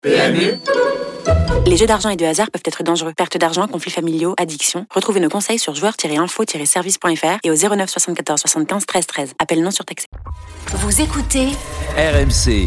PMU. Les jeux d'argent et de hasard peuvent être dangereux. Perte d'argent, conflits familiaux, addiction. Retrouvez nos conseils sur joueurs-info-service.fr et au 09 74 75 13 13. Appel non surtaxé. Vous écoutez RMC.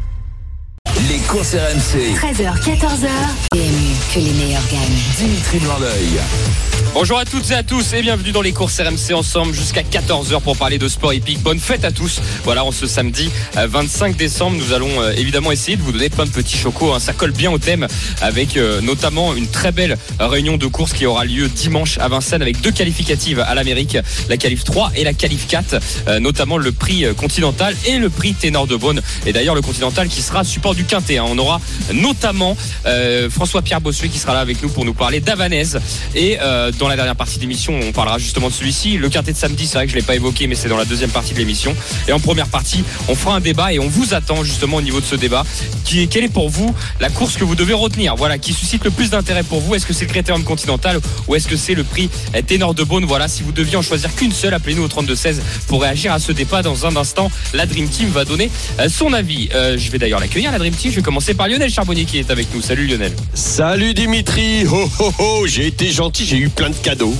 Les courses RMC. 13h, 14h. PMU, que les meilleurs gagnent. Dimitri Blanc-L'œil. Bonjour à toutes et à tous et bienvenue dans les courses RMC ensemble jusqu'à 14h pour parler de sport hippique. Bonne fête à tous. Voilà, en ce samedi 25 décembre, nous allons évidemment essayer de vous donner plein de petits chocos. Ça colle bien au thème avec notamment une très belle réunion de courses qui aura lieu dimanche à Vincennes avec deux qualificatives à l'Amérique, la qualif 3 et la qualif 4, notamment le prix Continental et le prix Ténor de Beaune. Et d'ailleurs le Continental qui sera support du Quintet. On aura notamment François-Pierre Bossuet qui sera là avec nous pour nous parler d'Havanaise et dans la dernière partie de l'émission, on parlera justement de celui-ci. Le quintet de samedi, c'est vrai que je ne l'ai pas évoqué, mais c'est dans la deuxième partie de l'émission. Et en première partie, on fera un débat et on vous attend justement au niveau de ce débat. Quelle est pour vous la course que vous devez retenir ? Voilà, qui suscite le plus d'intérêt pour vous ? Est-ce que c'est le Critérium Continental ou est-ce que c'est le prix Ténor de Beaune ? Voilà, si vous deviez en choisir qu'une seule, appelez-nous au 32-16 pour réagir à ce débat. Dans un instant, la Dream Team va donner son avis. Je vais d'ailleurs l'accueillir, la Dream Team. Je vais commencer par Lionel Charbonnier qui est avec nous. Salut Lionel. Salut Dimitri. J'ai été gentil, j'ai eu plein de cadeaux.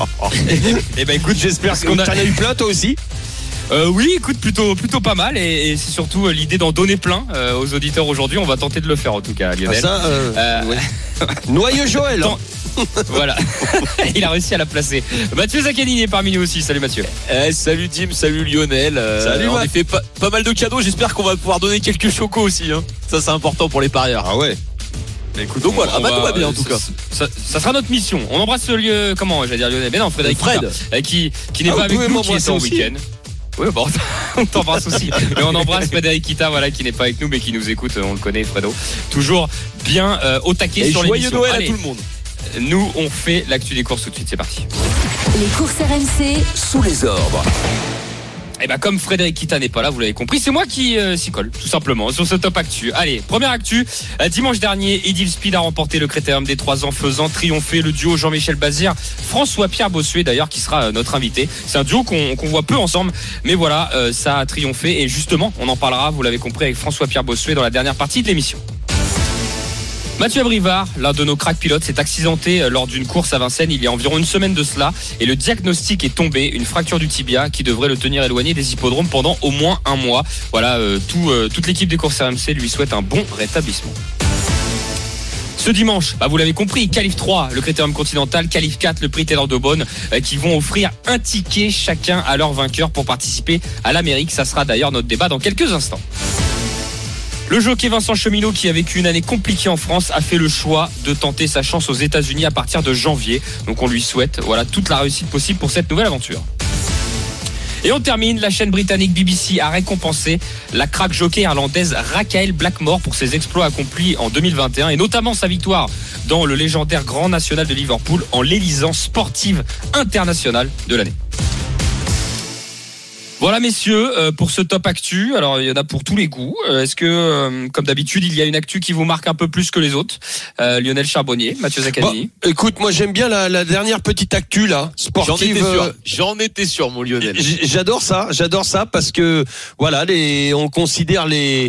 Eh ben écoute, j'espère que t'en as eu plein toi aussi. Oui, écoute, plutôt pas mal et c'est surtout l'idée d'en donner plein aux auditeurs aujourd'hui. On va tenter de le faire en tout cas, Lionel. Ouais. Noyeux Joël. Voilà, il a réussi à la placer. Mathieu Zaccanini est parmi nous aussi. Salut Mathieu. Salut Dim, salut Lionel. Salut. En effet, pas mal de cadeaux. J'espère qu'on va pouvoir donner quelques chocos aussi. Ça, c'est important pour les parieurs. Ah ouais. Écoute, donc voilà, tout va bien en tout cas. Ça sera notre mission. On embrasse le lieu, comment j'allais dire Lionel, mais non, Fred qui n'est pas avec nous, qui est en week-end. Oui, bon, on t'embrasse aussi. Mais on embrasse Frédéric Kita, voilà, qui n'est pas avec nous, mais qui nous écoute. On le connaît, Fredo. Toujours bien au taquet sur l'émission. Joyeux Noël à tout le monde. Nous, on fait l'actu des courses tout de suite. C'est parti. Les courses RMC Sous les ordres. Et bah comme Frédéric Kita n'est pas là, vous l'avez compris, c'est moi qui s'y colle, tout simplement, sur ce top actu. Allez, première actu, dimanche dernier, Edil Speed a remporté le Critérium des 3 ans, faisant triompher le duo Jean-Michel Bazir, François-Pierre Bossuet d'ailleurs, qui sera notre invité. C'est un duo qu'on voit peu ensemble, mais voilà, ça a triomphé et justement, on en parlera, vous l'avez compris, avec François-Pierre Bossuet dans la dernière partie de l'émission. Mathieu Abrivard, l'un de nos crack pilotes, s'est accidenté lors d'une course à Vincennes il y a environ une semaine de cela et le diagnostic est tombé, une fracture du tibia qui devrait le tenir éloigné des hippodromes pendant au moins un mois. Voilà, toute l'équipe des courses RMC lui souhaite un bon rétablissement. Ce dimanche, vous l'avez compris, qualif 3, le Critérium Continental, qualif 4, le prix Ténor de Beaune, qui vont offrir un ticket chacun à leur vainqueur pour participer à l'Amérique. Ça sera d'ailleurs notre débat dans quelques instants. Le jockey Vincent Cheminot, qui a vécu une année compliquée en France, a fait le choix de tenter sa chance aux États-Unis à partir de janvier. Donc on lui souhaite toute la réussite possible pour cette nouvelle aventure. Et on termine, la chaîne britannique BBC a récompensé la crack jockey irlandaise Rachael Blackmore pour ses exploits accomplis en 2021 et notamment sa victoire dans le légendaire Grand National de Liverpool en l'élisant sportive internationale de l'année. Voilà messieurs, pour ce top actu, alors il y en a pour tous les goûts. Est-ce que, comme d'habitude, il y a une actu qui vous marque un peu plus que les autres ? Lionel Charbonnier, Mathieu Zaccanini. Écoute, moi j'aime bien la dernière petite actu là, sportive. J'en étais sûr, mon Lionel. J'adore ça parce que voilà, on considère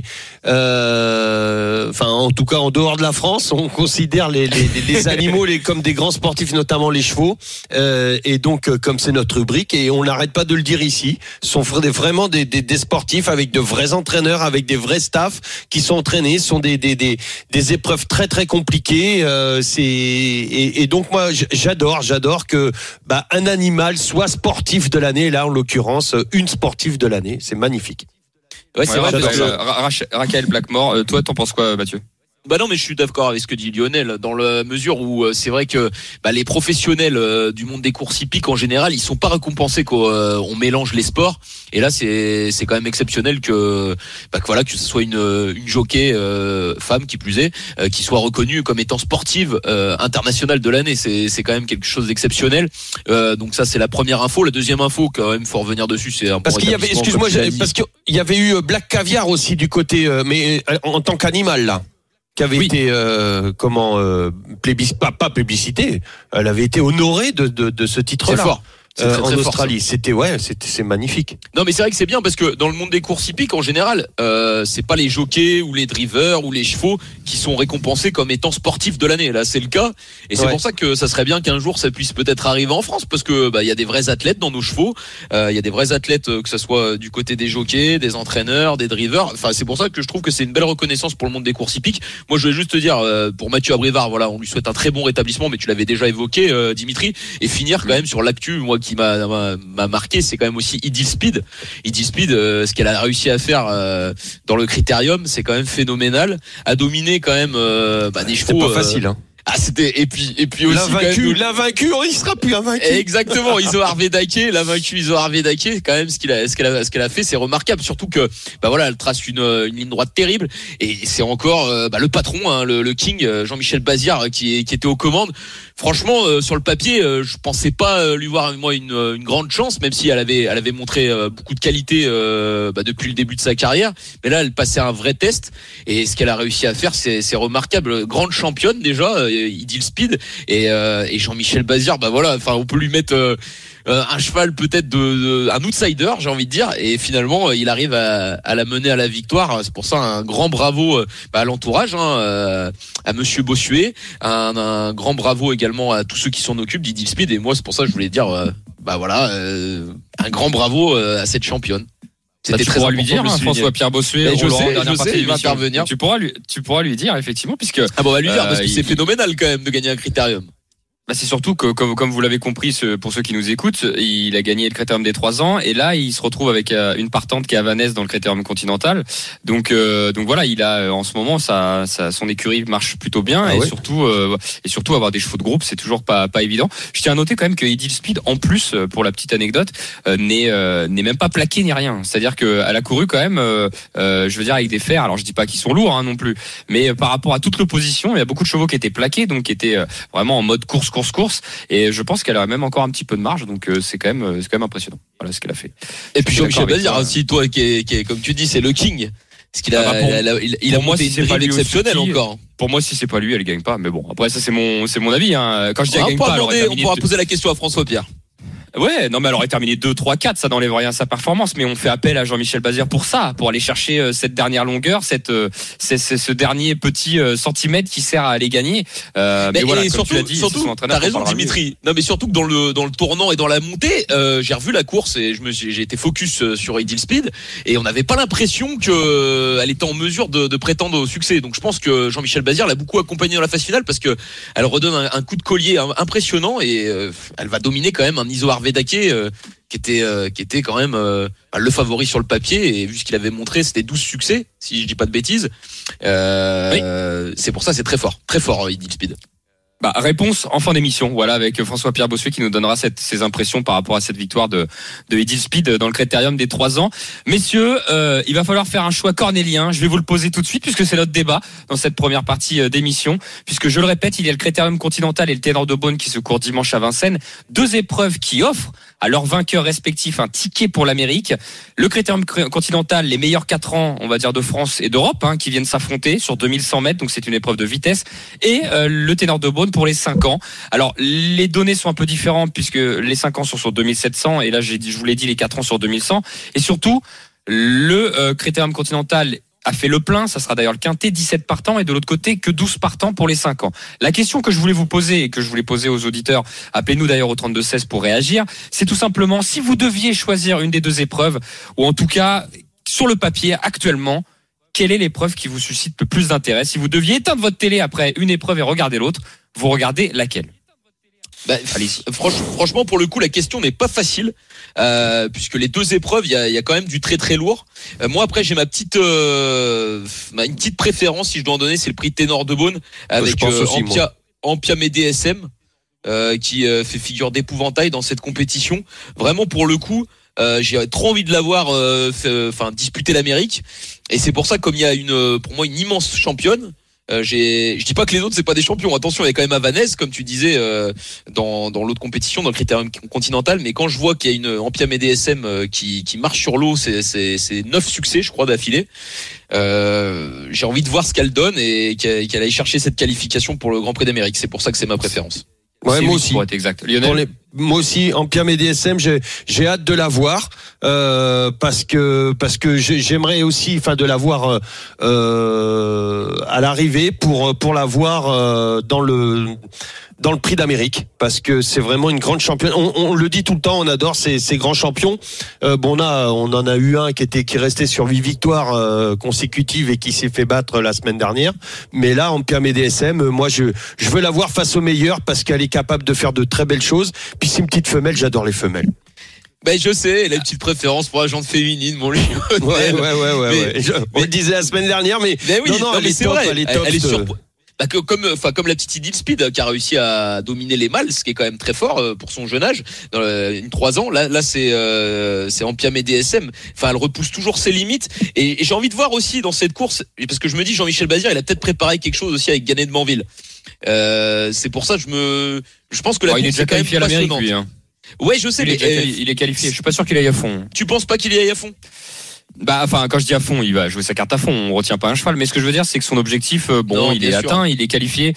en tout cas en dehors de la France, on considère les animaux comme des grands sportifs, notamment les chevaux. Et donc, comme c'est notre rubrique, et on n'arrête pas de le dire ici, sont vraiment des sportifs avec de vrais entraîneurs, avec des vrais staffs qui sont entraînés. Ce sont des épreuves très très compliquées. Et donc moi j'adore que un animal soit sportif de l'année. Là en l'occurrence une sportive de l'année. C'est magnifique. Ouais, c'est vrai. Rachael Blackmore. Toi, t'en penses quoi, Mathieu ? Non, mais je suis d'accord avec ce que dit Lionel, dans la mesure où c'est vrai que les professionnels du monde des courses hippiques en général, ils sont pas récompensés qu'on mélange les sports. Et là, c'est quand même exceptionnel que que ce soit une jockey femme qui plus est, qui soit reconnue comme étant sportive internationale de l'année. C'est quand même quelque chose d'exceptionnel. Donc ça, c'est la première info. La deuxième info, quand même, faut revenir dessus. C'est un parce qu'il y avait, excuse-moi, parce qu'il y avait eu Black Caviar aussi du côté, mais en tant qu'animal là. Qui avait été pas plébiscité, elle avait été honorée de ce titre-là. C'est fort. C'est très, très en fort, Australie. C'est magnifique. Non, mais c'est vrai que c'est bien parce que dans le monde des courses hippiques, en général, c'est pas les jockeys ou les drivers ou les chevaux qui sont récompensés comme étant sportifs de l'année. Là, c'est le cas. Et c'est pour ça que ça serait bien qu'un jour ça puisse peut-être arriver en France parce que, il y a des vrais athlètes dans nos chevaux. Il y a des vrais athlètes, que ce soit du côté des jockeys, des entraîneurs, des drivers. Enfin, c'est pour ça que je trouve que c'est une belle reconnaissance pour le monde des courses hippiques. Moi, je voulais juste te dire, pour Mathieu Abrivard, voilà, on lui souhaite un très bon rétablissement, mais tu l'avais déjà évoqué, Dimitri, et finir quand même sur l'actu, moi, qui m'a marqué, c'est quand même aussi Idil Speed. Idil Speed, ce qu'elle a réussi à faire dans le critérium, c'est quand même phénoménal. À dominer quand même des chevaux. C'est pas facile, hein. Ah, c'était et puis aussi l'invaincu, il sera plus invaincu. Exactement, Iso Harvey Dake, l'invaincu Iso Harvey Dake, quand même ce qu'elle a fait, c'est remarquable, surtout que elle trace une ligne droite terrible et c'est encore le patron, hein, le King Jean-Michel Bazir qui était aux commandes. Franchement, sur le papier, je pensais pas lui voir moi une grande chance, même si elle avait montré beaucoup de qualité depuis le début de sa carrière. Mais là, elle passait un vrai test et ce qu'elle a réussi à faire, c'est remarquable. Grande championne déjà, Idil Speed et Jean-Michel Bazir. On peut lui mettre un cheval peut-être un outsider, j'ai envie de dire, et finalement il arrive à la mener à la victoire. C'est pour ça un grand bravo à l'entourage, à Monsieur Bossuet, un grand bravo également à tous ceux qui s'en occupent d'Idil Speed. Et moi c'est pour ça que je voulais dire un grand bravo à cette championne. C'était très important lui dire, François-Pierre Bossuet. Je sais, il va intervenir. Tu pourras lui dire effectivement, puisque on va lui dire parce que c'est phénoménal quand même de gagner un critérium. C'est surtout que, comme vous l'avez compris, pour ceux qui nous écoutent, il a gagné le Critérium des 3 ans et là il se retrouve avec une partante qui est havanaise dans le Critérium continental. Donc voilà, il a en ce moment son écurie marche plutôt bien et surtout avoir des chevaux de groupe, c'est toujours pas évident. Je tiens à noter quand même que Idil Speed, en plus, pour la petite anecdote, n'est même pas plaqué ni rien. C'est-à-dire qu'elle a couru quand même, je veux dire avec des fers. Alors je dis pas qu'ils sont lourds non plus, mais par rapport à toute l'opposition, il y a beaucoup de chevaux qui étaient plaqués, donc qui étaient vraiment en mode course, et je pense qu'elle a même encore un petit peu de marge, donc c'est quand même impressionnant. Voilà ce qu'elle a fait. Et puis Jean-Michel Bazir aussi, toi qui est comme tu dis, c'est le King. Parce qu'il il a monté une drive exceptionnelle encore. Pour moi, si c'est pas lui, elle gagne pas. Mais bon, après ça c'est mon avis. Quand je dis elle gagne pas, on pourra poser la question à François Pierre. Ouais, non mais elle aurait terminé 2, 3, 4, ça n'enlève rien à sa performance, mais on fait appel à Jean-Michel Bazir pour ça, pour aller chercher cette dernière longueur, ce dernier petit centimètre qui sert à aller gagner. Mais voilà, surtout, t'as raison Dimitri. Non mais surtout que dans le tournant et dans la montée, j'ai revu la course et j'ai été focus sur Idil Speed et on n'avait pas l'impression que elle était en mesure de prétendre au succès. Donc je pense que Jean-Michel Bazir l'a beaucoup accompagné dans la phase finale parce que elle redonne un coup de collier impressionnant et elle va dominer quand même un Iso Harvey Dake qui était quand même le favori sur le papier et vu ce qu'il avait montré, c'était 12 succès si je dis pas de bêtises. C'est pour ça c'est très fort Idil Speed. Réponse en fin d'émission, voilà, avec François-Pierre Bossuet qui nous donnera ses impressions par rapport à cette victoire de Idil Speed dans le Critérium des 3 ans. Messieurs, il va falloir faire un choix cornélien. Je vais vous le poser tout de suite puisque c'est notre débat dans cette première partie d'émission. Puisque je le répète, il y a le Critérium continental et le Ténor de Beaune qui se courent dimanche à Vincennes. 2 épreuves qui offrent à leurs vainqueurs respectifs un ticket pour l'Amérique. Le Critérium continental, les meilleurs 4 ans, on va dire, de France et d'Europe, qui viennent s'affronter sur 2100 mètres, donc c'est une épreuve de vitesse. Et le Ténor de Beaune pour les 5 ans. Alors, les données sont un peu différentes puisque les 5 ans sont sur 2700 et là, je vous l'ai dit, les 4 ans sur 2100. Et surtout, le Critérium continental a fait le plein, ça sera d'ailleurs le quintet, 17 partants et de l'autre côté que 12 partants pour les 5 ans. La question que je voulais vous poser et que je voulais poser aux auditeurs, appelez-nous d'ailleurs au 32-16 pour réagir, c'est tout simplement si vous deviez choisir une des 2 épreuves, ou en tout cas sur le papier actuellement, quelle est l'épreuve qui vous suscite le plus d'intérêt? Si vous deviez éteindre votre télé après une épreuve et regarder l'autre, vous regardez laquelle? Franchement, pour le coup, la question n'est pas facile, puisque les 2 épreuves, il y a quand même du très très lourd. Moi, après, j'ai une petite préférence, si je dois en donner, c'est le prix Ténor de Beaune avec Ampia MDSM, qui fait figure d'épouvantail dans cette compétition. Vraiment, pour le coup, j'ai trop envie de la voir, disputer l'Amérique. Et c'est pour ça, comme il y a pour moi, une immense championne. Je dis pas que les autres c'est pas des champions. Attention, il y a quand même Havanaise, comme tu disais, dans l'autre compétition, dans le Critérium continental. Mais quand je vois qu'il y a une Ampia MDSM qui marche sur l'eau, c'est 9 succès, je crois, d'affilée. J'ai envie de voir ce qu'elle donne et qu'elle aille chercher cette qualification pour le Grand Prix d'Amérique. C'est pour ça que c'est ma préférence. Ouais, C'est moi huit, aussi. pour être exact. Lionel. Moi aussi, Ampia MDSM, j'ai hâte de la voir parce que j'aimerais aussi, enfin, de la voir à l'arrivée pour la voir dans le Prix d'Amérique, parce que c'est vraiment une grande championne. On le dit tout le temps, on adore ces grands champions. On en a eu un qui est resté sur 8 victoires consécutives et qui s'est fait battre la semaine dernière. Mais là, Ampia MDSM, moi je veux la voir face aux meilleurs parce qu'elle est capable de faire de très belles choses. Puis c'est une petite femelle, j'adore les femelles. Ben je sais, elle a une petite préférence pour la jante féminine, mon Lionel. Ouais. On le disait la semaine dernière, mais oui, non, mais c'est vrai. Elle est top. Elle est comme la petite Idil Speed qui a réussi à dominer les mâles, ce qui est quand même très fort pour son jeune âge, dans 3 ans. Là c'est Ampia MDSM. Enfin, elle repousse toujours ses limites. Et j'ai envie de voir aussi dans cette course, parce que je me dis Jean-Michel Bazir, il a peut-être préparé quelque chose aussi avec Gannet de Manville. C'est pour ça je pense que la course il est déjà est quand même qualifié à l'Amérique, passionnante. lui. Hein. Ouais, je sais, Il est qualifié. Je suis pas sûr qu'il aille à fond. Tu penses pas qu'il y aille à fond? Bah, enfin, quand je dis à fond, il va jouer sa carte à fond. On retient pas un cheval, mais ce que je veux dire, c'est que son objectif, il est atteint. Il est qualifié.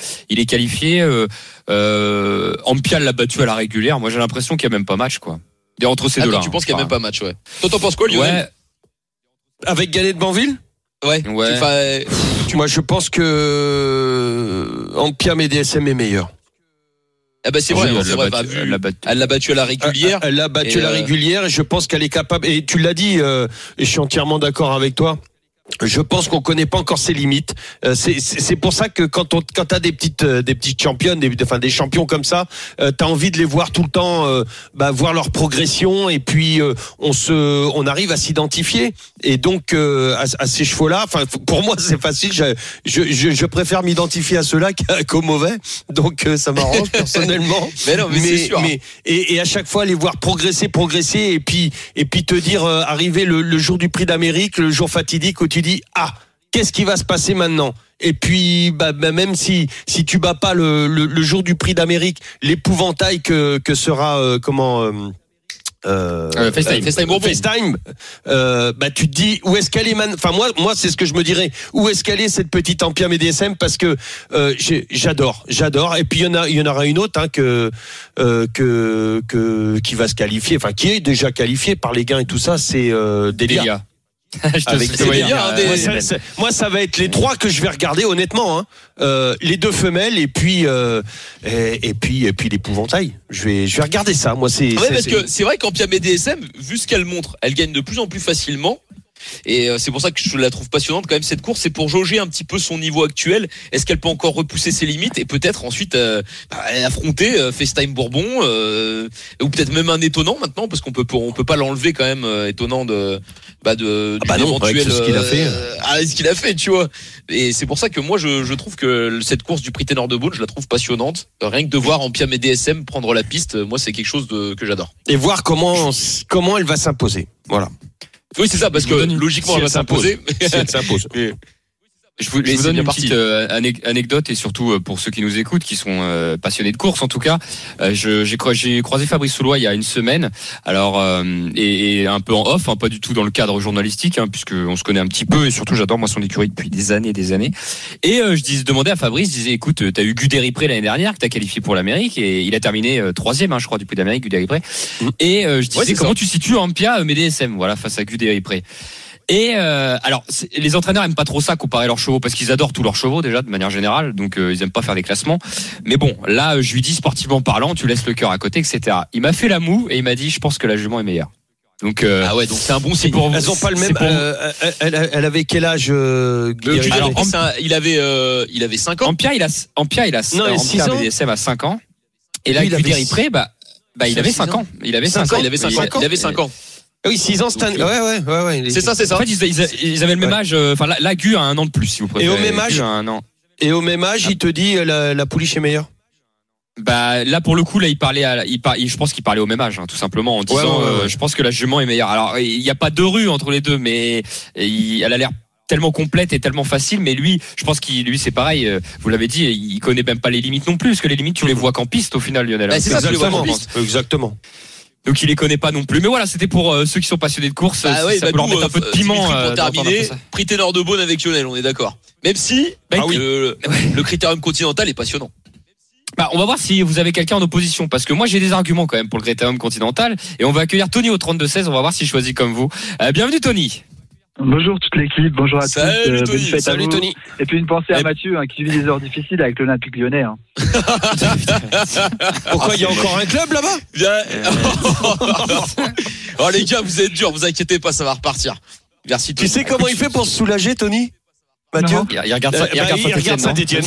Ampia l'a battu à la régulière. Moi, j'ai l'impression qu'il y a même pas match, quoi. Entre ces deux-là. Tu penses qu'il y a même pas match, ouais. Toi, t'en penses quoi, Lionel? Ouais. Avec Gannet de Banville? Ouais. Moi, je pense que Ampia MDSM est meilleur. Ah bah c'est vrai, elle l'a battu à la régulière. Elle l'a battu à la régulière et je pense qu'elle est capable. Et tu l'as dit, et je suis entièrement d'accord avec toi. Je pense qu'on connaît pas encore ses limites. C'est pour ça que quand t'as des petites championnes, des champions comme ça, t'as envie de les voir tout le temps, voir leur progression et puis on arrive à s'identifier. Et donc à ces chevaux-là, enfin pour moi c'est facile. Je préfère m'identifier à ceux-là qu'aux mauvais. Donc ça m'arrange personnellement. Mais non, mais c'est sûr. Et à chaque fois les voir progresser et puis te dire arriver le jour du Prix d'Amérique, le jour fatidique où tu dis qu'est-ce qui va se passer maintenant? Et puis même si tu bats pas le jour du Prix d'Amérique, l'épouvantail que sera FaceTime, tu te dis où est-ce qu'elle est enfin moi c'est ce que je me dirais, où est-ce qu'elle est cette petite Ampia MDSM, parce que j'adore et puis il y en aura une autre qui va se qualifier, enfin qui est déjà qualifiée par les gains et tout ça, c'est Delia. Moi ça va être les 3 que je vais regarder honnêtement, les 2 femelles et puis l'épouvantail. Je vais regarder ça. Moi que c'est vrai qu'Ampia MDSM, vu ce qu'elle montre, elle gagne de plus en plus facilement. Et c'est pour ça que je la trouve passionnante quand même cette course. C'est pour jauger un petit peu son niveau actuel. Est-ce qu'elle peut encore repousser ses limites et peut-être ensuite affronter FaceTime Bourbon ou peut-être même un étonnant maintenant, parce qu'on peut pas l'enlever quand même, étonnant d'éventuel ce qu'il a fait. Ce qu'il a fait, tu vois. Et c'est pour ça que moi je trouve que cette course du Prix Ténor de Beaune, je la trouve passionnante. Rien que de voir Ampia MDSM prendre la piste, moi c'est quelque chose que j'adore. Et voir comment elle va s'imposer. Voilà. Oui, c'est ça, parce que logiquement, elle va s'imposer. Si elle s'impose. Je vous donne une petite anecdote, et surtout pour ceux qui nous écoutent, qui sont passionnés de course en tout cas. J'ai croisé Fabrice Soulois il y a une semaine, alors et un peu en off, pas du tout dans le cadre journalistique, puisque on se connaît un petit peu, et surtout j'adore moi son écurie depuis des années. Et je demandais à Fabrice, je disais écoute, t'as eu Guderipré l'année dernière que t'as qualifié pour l'Amérique, et il a terminé 3e, je crois, du Prix d'Amérique, Guderipré. Et je disais comment tu situes Ampia MDSM, voilà, face à Guderipré. Et alors les entraîneurs aiment pas trop ça, comparer leurs chevaux, parce qu'ils adorent tous leurs chevaux déjà de manière générale, donc ils aiment pas faire des classements. Mais bon, là je lui dis sportivement parlant, tu laisses le cœur à côté, etc. Il m'a fait la moue et il m'a dit je pense que la jument est meilleure. Donc donc c'est un bon signe. Elles ont pas le même. Elle avait quel âge il avait 5 ans. Ampia il a 6 ans. BDSM à 5 ans. Et là Guderipré il avait 5 ans. Il avait 5 ans. Oui, 6 ans, ouais. C'est ça. En fait, ils avaient le même âge. Enfin, la Gu a 1 an de plus, si vous préférez. Et au même âge, il te dit la pouliche est meilleure. Là pour le coup, là je pense qu'il parlait au même âge, tout simplement, en disant je pense que la jument est meilleure. Alors il n'y a pas de rue entre les deux, mais elle a l'air tellement complète et tellement facile, mais lui, je pense qu'il c'est pareil, vous l'avez dit, il connaît même pas les limites non plus, parce que les limites tu les vois qu'en piste au final, Lionel. C'est ça, tu les vois qu'en piste. Exactement. Donc il les connaît pas non plus. Mais voilà, c'était pour ceux qui sont passionnés de course. Ça peut leur mettre un peu de piment. Pour terminer, Prix Ténor de Beaune avec Lionel, on est d'accord. Même si le Critérium Continental est passionnant. Bah, on va voir si vous avez quelqu'un en opposition, parce que moi j'ai des arguments quand même pour le Critérium Continental, et on va accueillir Tony au 32-16, on va voir s'il choisit comme vous. Bienvenue Tony. Bonjour toute l'équipe, bonjour à Salut, tous. Tony. Bonne fête Salut à vous. Tony. Et puis une pensée à Mathieu qui vit des heures difficiles avec l'Olympique Lyonnais. Pourquoi il y a encore un club là-bas? Bien. Oh les gars, vous êtes durs, vous inquiétez pas, ça va repartir. Merci. Tu sais comment il fait pour se soulager, Tony? Mathieu? Non. Il regarde ça, Il regarde Saint-Étienne.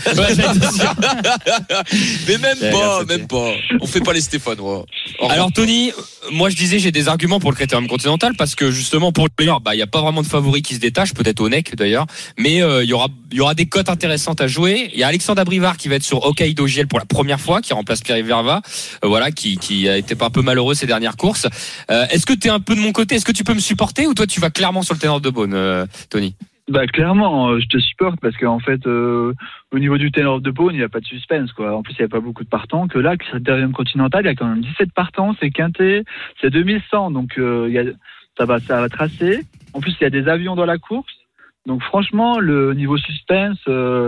Mais même Regarde, pas. On fait pas les Stéphanois. Alors Tony, moi je disais j'ai des arguments pour le Critérium Continental, parce que justement pour le player, il y a pas vraiment de favoris qui se détachent, peut-être au NEC d'ailleurs, mais il y aura des cotes intéressantes à jouer. Il y a Alexandre Abrivard qui va être sur Hokkaido GL pour la première fois, qui remplace Pierre Verva, voilà, qui a été un peu malheureux ces dernières courses. Est-ce que tu es un peu de mon côté? Est-ce que tu peux me supporter, ou toi tu vas clairement sur le Ténor de Beaune, Tony? Bah clairement, je te supporte parce qu'en fait, au niveau du Ténor de Beaune, il n'y a pas de suspense quoi. En plus, il n'y a pas beaucoup de partants. Que là, le Critérium Continental, il y a quand même 17 partants, c'est quinté, c'est 2100, donc ça va tracer. En plus, il y a des avions dans la course. Donc franchement, le niveau suspense,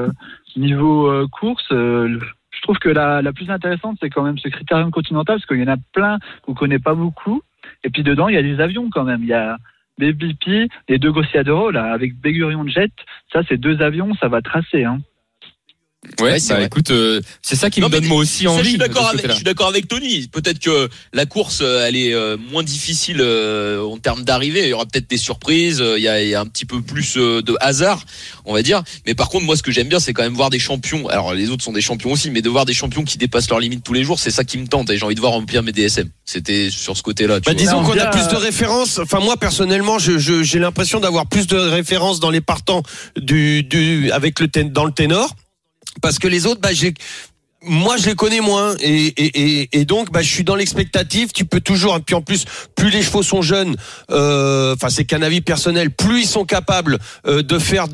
niveau course, je trouve que la plus intéressante, c'est quand même ce Critérium Continental, parce qu'il y en a plein qu'on connaît pas beaucoup. Et puis dedans, il y a des avions quand même. Il y a BBP, les deux Gossiadoro, là, avec Bégurion Jet, ça, c'est deux avions, ça va tracer, hein. Ouais, c'est vrai. écoute, c'est ça qui me donne mais moi aussi ça, envie. je suis d'accord de ce côté-là. avec Tony. Peut-être que la course, elle est moins difficile en termes d'arrivée. Il y aura peut-être des surprises. Il y a un petit peu plus de hasard, on va dire. Mais par contre, moi, ce que j'aime bien, c'est quand même voir des champions. Alors, les autres sont des champions aussi, mais de voir des champions qui dépassent leurs limites tous les jours, c'est ça qui me tente. Et j'ai envie de voir remplir mes DSM. C'était sur ce côté-là. Tu vois. Disons qu'on a bien, plus de références. Enfin, moi personnellement, j'ai l'impression d'avoir plus de références dans les partants avec dans le ténor, parce que les autres, moi je les connais moins, et donc je suis dans l'expectative. Tu peux toujours, puis en plus, plus les chevaux sont jeunes, c'est qu'un avis personnel, plus ils sont capables de faire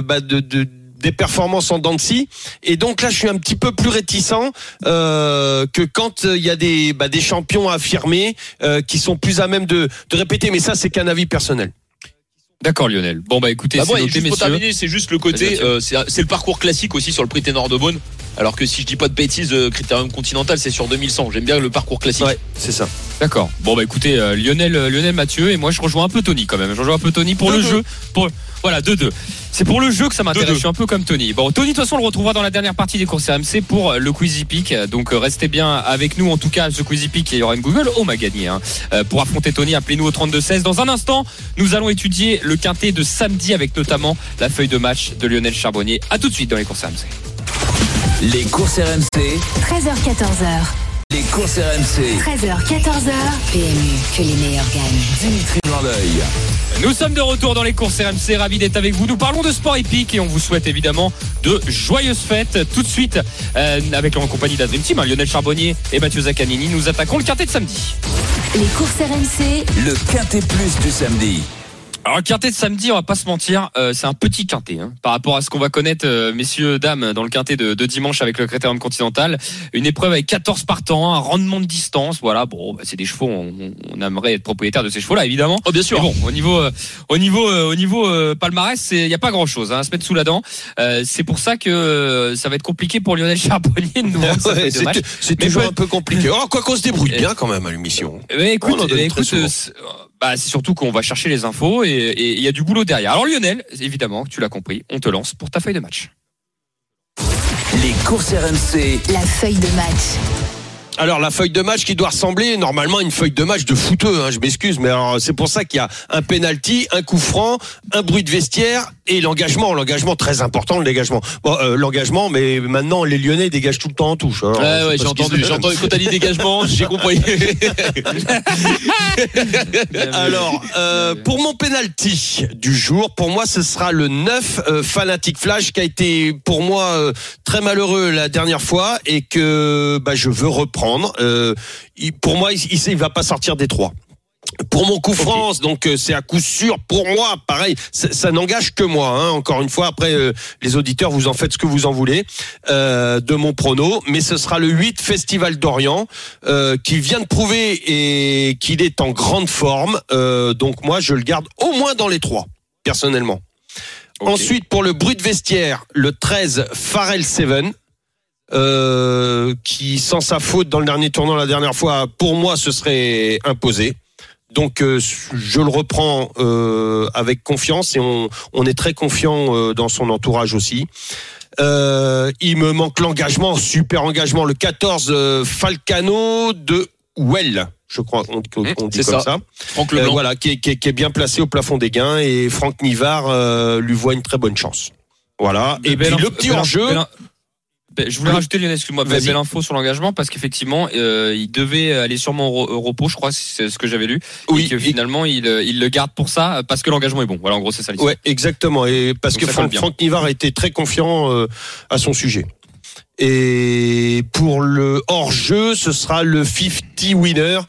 des performances en dents de scie. Et donc là, je suis un petit peu plus réticent que quand il y a des champions affirmés qui sont plus à même de répéter. Mais ça, c'est qu'un avis personnel. D'accord Lionel. Bon écoutez, c'est noté, juste pour messieurs. terminer, c'est juste le côté, c'est le parcours classique aussi sur le prix Ténor de Beaune. Alors que si je dis pas de bêtises, Critérium Continental, c'est sur 2100. J'aime bien le parcours classique. Ouais, c'est ça. D'accord. Bon écoutez, Lionel Mathieu, et moi je rejoins un peu Tony quand même. Je rejoins un peu Tony pour le jeu. Voilà, 2-2. C'est pour le jeu que ça m'intéresse. 2-2. Je suis un peu comme Tony. Bon, Tony, de toute façon, on le retrouvera dans la dernière partie des courses RMC pour le Quizy Peak. Donc, restez bien avec nous. En tout cas, ce Quizy Peak, il y aura une Google Home à gagner. Pour affronter Tony, appelez-nous au 32-16. Dans un instant, nous allons étudier le quintet de samedi avec notamment la feuille de match de Lionel Charbonnier. À tout de suite dans les courses RMC. Les courses RMC, 13h-14h. les courses RMC, 13h-14h. PMU, que les meilleurs gagnent. Dimitri Blanc-L'œil. Nous sommes de retour dans les courses RMC, ravis d'être avec vous. Nous parlons de sport épique et on vous souhaite évidemment de joyeuses fêtes. Tout de suite, avec en compagnie d'Adream Team, Lionel Charbonnier et Mathieu Zaccanini, nous attaquons le quintet de samedi. Les courses RMC, Le quintet plus du samedi. Alors le quintet de samedi, on va pas se mentir, c'est un petit quintet par rapport à ce qu'on va connaître, messieurs, dames, dans le quintet de dimanche avec le Critérium Continental. Une épreuve avec 14 partants, un rendement de distance. Voilà, c'est des chevaux, on aimerait être propriétaire de ces chevaux-là, évidemment. Oh, bien sûr. Mais bon, au niveau palmarès, il y a pas grand-chose à se mettre sous la dent. C'est pour ça que ça va être compliqué pour Lionel Charbonnier de nous rendre sa feuille de match. C'est toujours un peu compliqué. Quoi qu'on se débrouille bien quand même à l'émission. Mais écoute, On en donne très souvent. c'est surtout qu'on va chercher les infos et il y a du boulot derrière. Alors Lionel, évidemment, tu l'as compris, on te lance pour ta feuille de match. Les courses RMC, la feuille de match. Alors la feuille de match qui doit ressembler normalement à une feuille de match de footeux, je m'excuse, mais alors c'est pour ça qu'il y a un penalty, un coup franc, un bruit de vestiaire et l'engagement très important, l'engagement, mais maintenant les Lyonnais dégagent tout le temps en touche. Alors, Ouais, j'ai entendu quand t'as dit dégagement, j'ai compris. Alors pour mon penalty du jour, pour moi ce sera le 9 Fanatic Flash qui a été pour moi très malheureux la dernière fois et que je veux reprendre. Pour moi, il va pas sortir des 3. Pour mon coup franc, donc c'est à coup sûr pour moi, pareil, ça n'engage que moi. Encore une fois, après les auditeurs, vous en faites ce que vous en voulez de mon prono, mais ce sera le 8 Festival d'Orient qui vient de prouver et qu'il est en grande forme. Donc moi, je le garde au moins dans les 3, personnellement. Okay. Ensuite, pour le bruit de vestiaire, le 13 Pharrell 7. qui, sans sa faute dans le dernier tournant la dernière fois, pour moi, se serait imposé. Donc je le reprends avec confiance et on est très confiant dans son entourage aussi. Il me manque l'engagement, super engagement, le 14 Falcano de Well, je crois on dit c'est comme ça. ça. Franck Leblanc. Voilà, qui est bien placé au plafond des gains et Franck Nivard lui voit une très bonne chance. Voilà. Et puis le petit hors-jeu. Je voulais rajouter, Lionel, excuse-moi, Vas-y. belle info sur l'engagement parce qu'effectivement, il devait aller sûrement au repos, je crois, c'est ce que j'avais lu. Oui, et que finalement, il le garde pour ça parce que l'engagement est bon. Voilà, en gros, c'est ça l'histoire. Ouais, exactement. Et parce Donc que ça colle bien. Franck Nivard a été très confiant à son sujet. Et pour le hors-jeu, ce sera le 50 winner.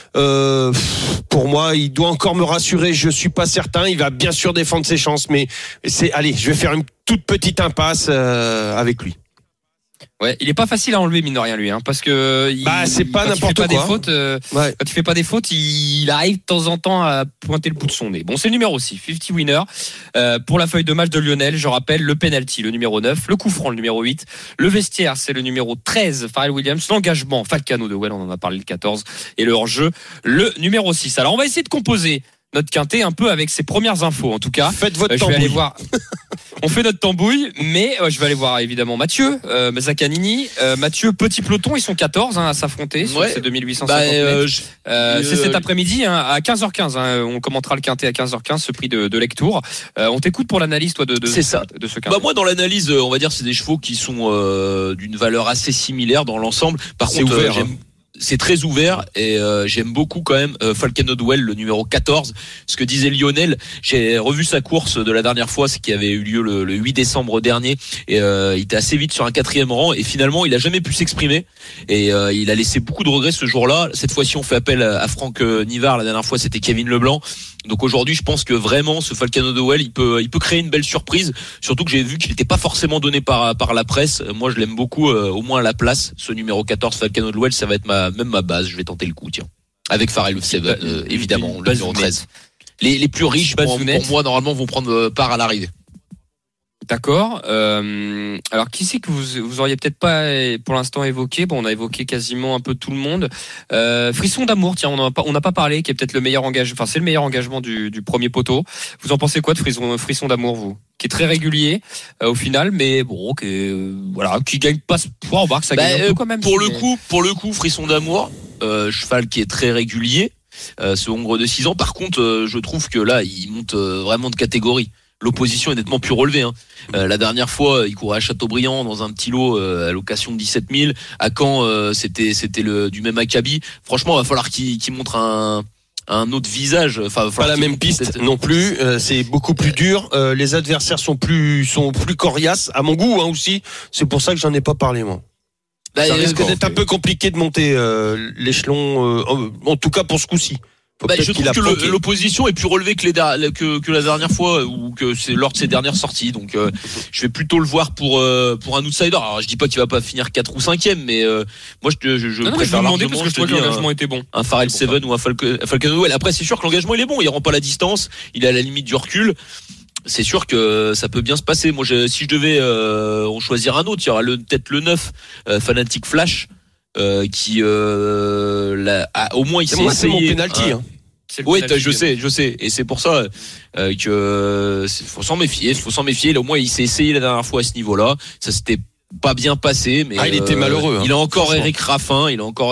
Pour moi, il doit encore me rassurer. Je suis pas certain. Il va bien sûr défendre ses chances, mais allez, je vais faire une toute petite impasse avec lui. Ouais, il est pas facile à enlever, mine de rien, lui, hein, parce que c'est pas quand n'importe il fait pas quoi. des fautes, Ouais. quand il fait pas des fautes, il arrive de temps en temps à pointer le bout de son nez. Bon, c'est le numéro 6, 50 winner. Pour la feuille de match de Lionel, je rappelle le penalty, le numéro 9, le coup franc, le numéro 8, le vestiaire, c'est le numéro 13, Pharrell Williams, l'engagement, Falcano de Well, on en a parlé, le 14, et le hors-jeu, le numéro 6. Alors, on va essayer de composer notre quintet un peu avec ses premières infos, en tout cas. Faites votre Je vais tambouille. aller voir. On fait notre tambouille, mais je vais aller voir évidemment Mathieu, Zaccanini. Mathieu, petit peloton, ils sont 14 à s'affronter sur ces 2850 mètres. C'est cet après-midi à 15h15. On commentera le quintet à 15h15, ce prix de Lectour. On t'écoute pour l'analyse, toi, de C'est ça. de ce quintet. Moi, dans l'analyse, on va dire, c'est des chevaux qui sont d'une valeur assez similaire dans l'ensemble. Par C'est contre, ouvert, c'est très ouvert et j'aime beaucoup quand même Falcano de Well, le numéro 14. Ce que disait Lionel, j'ai revu sa course de la dernière fois, c'est qui avait eu lieu le 8 décembre dernier, et il était assez vite sur un 4e rang et finalement il a jamais pu s'exprimer et il a laissé beaucoup de regrets ce jour-là. Cette fois-ci on fait appel à Franck Nivard, la dernière fois c'était Kevin Leblanc. Donc aujourd'hui, je pense que vraiment ce Falcano de Well, il peut créer une belle surprise. Surtout que j'ai vu qu'il n'était pas forcément donné par la presse. Moi, je l'aime beaucoup, au moins à la place. Ce numéro 14 Falcano de Well, ça va être même ma base. Je vais tenter le coup, tiens. Avec Pharrell Seven, évidemment, le numéro 13. Les plus riches, pour moi, normalement, vont prendre part à l'arrivée. D'accord. Alors, qui c'est que vous auriez peut-être pas pour l'instant évoqué? Bon, on a évoqué quasiment un peu tout le monde. Frisson d'amour, tiens, on n'a pas parlé, qui est peut-être le meilleur engagement. Enfin, c'est le meilleur engagement du premier poteau. Vous en pensez quoi de Frisson d'amour, vous? Qui est très régulier au final, mais bon, voilà, qui gagne pas ce point. On voit que ça gagne un peu quand même. Pour le coup, Frisson d'amour, cheval qui est très régulier, ce Hongre de 6 ans. Par contre, je trouve que là, il monte vraiment de catégorie. L'opposition est nettement plus relevée. La dernière fois, il courait à Châteaubriand dans un petit lot à location de 17 000. À Caen, c'était du même acabit. Franchement, il va falloir qu'il montre un autre visage. Enfin, pas la même piste non plus. C'est beaucoup plus dur. Les adversaires sont plus coriaces à mon goût aussi. C'est pour ça que j'en ai pas parlé moi. Ça risque d'être un peu compliqué de monter l'échelon. En tout cas pour ce coup-ci. Je trouve que l'opposition est plus relevée que la dernière fois ou que c'est lors de ses dernières sorties. Donc je vais plutôt le voir pour un outsider. Alors je dis pas qu'il va pas finir 4 ou 5e, mais moi je préfère largement, parce que je trouve que l'engagement était bon. Un Pharrell Seven ou un Falcano Well. Après c'est sûr que l'engagement il est bon, il rend pas la distance, il est à la limite du recul. C'est sûr que ça peut bien se passer. Moi si je devais en choisir un autre, il y aura peut-être le 9 Fanatic Flash. Qui au moins il s'est essayé. C'est mon penalty. Oui, je sais, et c'est pour ça que faut s'en méfier. Là, au moins, il s'est essayé la dernière fois à ce niveau-là. Ça s'était pas bien passé, mais il était malheureux. Il a encore Eric Raffin.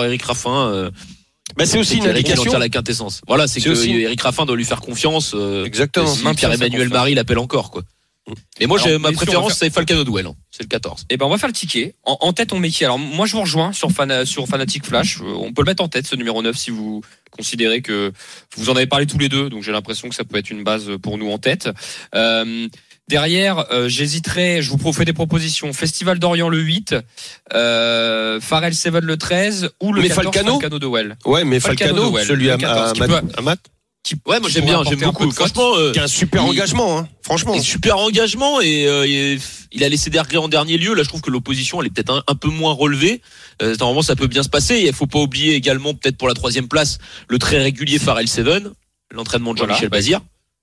C'est aussi une indication. La quintessence. Voilà, c'est que aussi... Eric Raffin doit lui faire confiance. Exactement. Si Pierre-Emmanuel Marie l'appelle encore, quoi. Et moi, ma préférence, c'est Falcano de Well. C'est le 14. Et ben, on va faire le ticket. En tête, on met qui? Alors, moi, je vous rejoins sur Fanatic Flash. On peut le mettre en tête, ce numéro 9, si vous considérez que vous en avez parlé tous les deux. Donc, j'ai l'impression que ça peut être une base pour nous en tête. Derrière, j'hésiterai, je vous fais des propositions. Festival d'Orient le 8, Pharrell Seven le 13 ou le 14 Falcano de Well. Ouais, mais Falcano celui à Matt. Moi j'aime beaucoup. Franchement, qui a un super engagement, franchement. Super engagement et il a laissé des regrets en dernier lieu. Là, je trouve que l'opposition elle est peut-être un peu moins relevée. Normalement, ça peut bien se passer. Et il faut pas oublier également peut-être pour la 3e place le très régulier Pharrell Seven, l'entraînement de Jean-Michel Bazir.